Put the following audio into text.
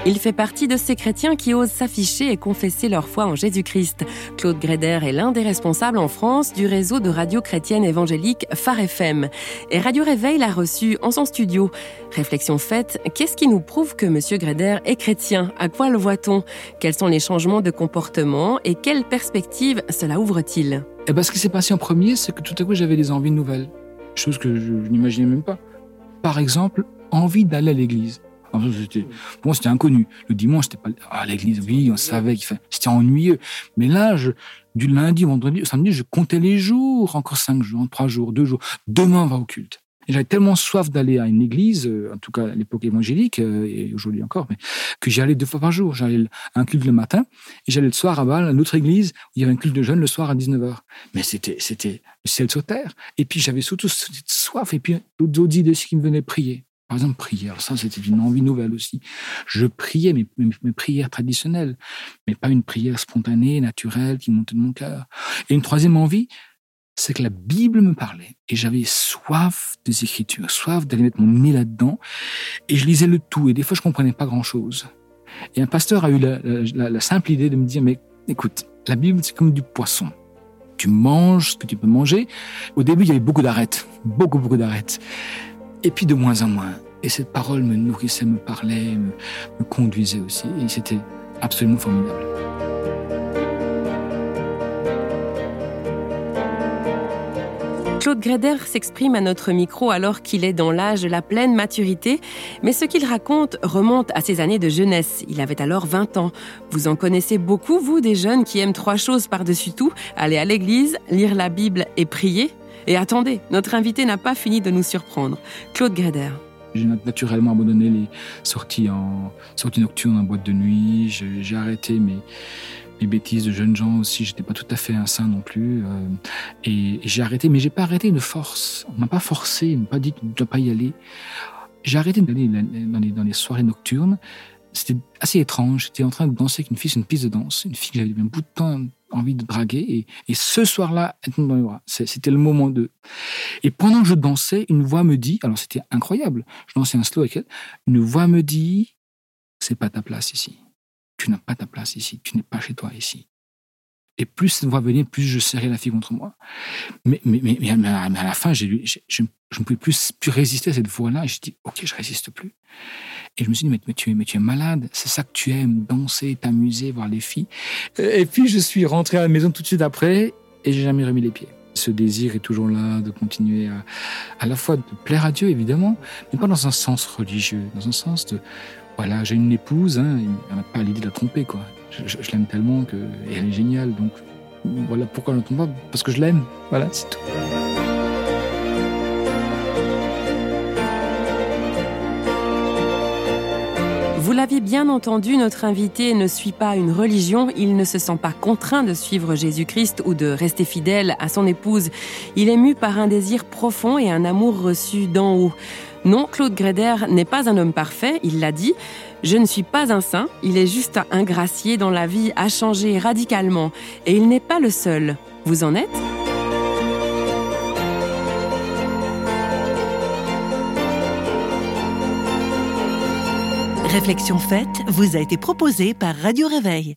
Il fait partie de ces chrétiens qui osent s'afficher et confesser leur foi en Jésus-Christ. Claude Greider est l'un des responsables en France du réseau de radio chrétienne évangélique Phare FM. Et Radio Réveil l'a reçu en son studio. Réflexion faite, qu'est-ce qui nous prouve que M. Greider est chrétien ? À quoi le voit-on ? Quels sont les changements de comportement et quelles perspectives cela ouvre-t-il ? Ce qui s'est passé en premier, c'est que tout à coup j'avais des envies nouvelles. Chose que je n'imaginais même pas. Par exemple, envie d'aller à l'église. Pour moi, c'était inconnu. Le dimanche, c'était pas à l'église. Oui, on savait c'était ennuyeux. Mais là, du lundi au vendredi, au samedi, je comptais les jours. Encore 5 jours, 3 jours, 2 jours. Demain, on va au culte. Et j'avais tellement soif d'aller à une église, en tout cas à l'époque évangélique, et aujourd'hui encore, mais que j'y allais 2 fois par jour. J'allais à un culte le matin, et j'allais le soir à Bâle, à une autre église, où il y avait un culte de jeunes le soir à 19h. Mais c'était le ciel sur terre. Et puis j'avais surtout cette soif, et puis d'autres idées qui me venaient prier. Par exemple, prier. Alors ça, c'était une envie nouvelle aussi. Je priais mes prières traditionnelles, mais pas une prière spontanée, naturelle, qui montait de mon cœur. Et une troisième envie, c'est que la Bible me parlait. Et j'avais soif des Écritures, soif d'aller mettre mon nez là-dedans. Et je lisais le tout. Et des fois, je comprenais pas grand-chose. Et un pasteur a eu la simple idée de me dire, mais écoute, la Bible, c'est comme du poisson. Tu manges ce que tu peux manger. Au début, il y avait beaucoup d'arêtes. Beaucoup d'arêtes. Et puis de moins en moins. Et cette parole me nourrissait, me parlait, me conduisait aussi. Et c'était absolument formidable. Claude Greider s'exprime à notre micro alors qu'il est dans l'âge de la pleine maturité. Mais ce qu'il raconte remonte à ses années de jeunesse. Il avait alors 20 ans. Vous en connaissez beaucoup, vous, des jeunes qui aiment 3 choses par-dessus tout. Aller à l'église, lire la Bible et prier. Et attendez, notre invité n'a pas fini de nous surprendre. Claude Greider. J'ai naturellement abandonné les sorties nocturnes en boîte de nuit. J'ai arrêté mes bêtises de jeunes gens aussi. J'étais pas tout à fait un saint non plus. Et j'ai arrêté, mais j'ai pas arrêté de force. On m'a pas forcé, on m'a pas dit que tu ne dois pas y aller. J'ai arrêté d'aller dans les soirées nocturnes. C'était assez étrange. J'étais en train de danser avec une fille sur une piste de danse. Une fille que j'avais un bout de temps envie de draguer. Et ce soir-là, elle tombe dans mes bras. C'était le moment de... Et pendant que je dansais, une voix me dit... Alors, c'était incroyable. Je dansais un slow avec elle. Une voix me dit... C'est pas ta place ici. Tu n'as pas ta place ici. Tu n'es pas chez toi ici. Et plus cette voix venait, plus je serrais la fille contre moi. Mais à la fin, je ne pouvais plus résister à cette voix-là. Et je dis, OK, je résiste plus. Et je me suis dit, mais tu es malade. C'est ça que tu aimes, danser, t'amuser, voir les filles. Et puis, je suis rentré à la maison tout de suite après et j'ai jamais remis les pieds. Ce désir est toujours là de continuer à la fois de plaire à Dieu, évidemment, mais pas dans un sens religieux, dans un sens de, voilà, j'ai une épouse, hein, elle n'a pas l'idée de la tromper, quoi. Je l'aime tellement et elle est géniale, donc voilà pourquoi je ne trompe pas, parce que je l'aime, voilà, c'est tout. Vous l'avez bien entendu, notre invité ne suit pas une religion, il ne se sent pas contraint de suivre Jésus-Christ ou de rester fidèle à son épouse. Il est mu par un désir profond et un amour reçu d'en haut. Non, Claude Greider n'est pas un homme parfait, il l'a dit. Je ne suis pas un saint, il est juste un gracié dont la vie a changé radicalement. Et il n'est pas le seul. Vous en êtes ? Réflexion faite vous a été proposée par Radio Réveil.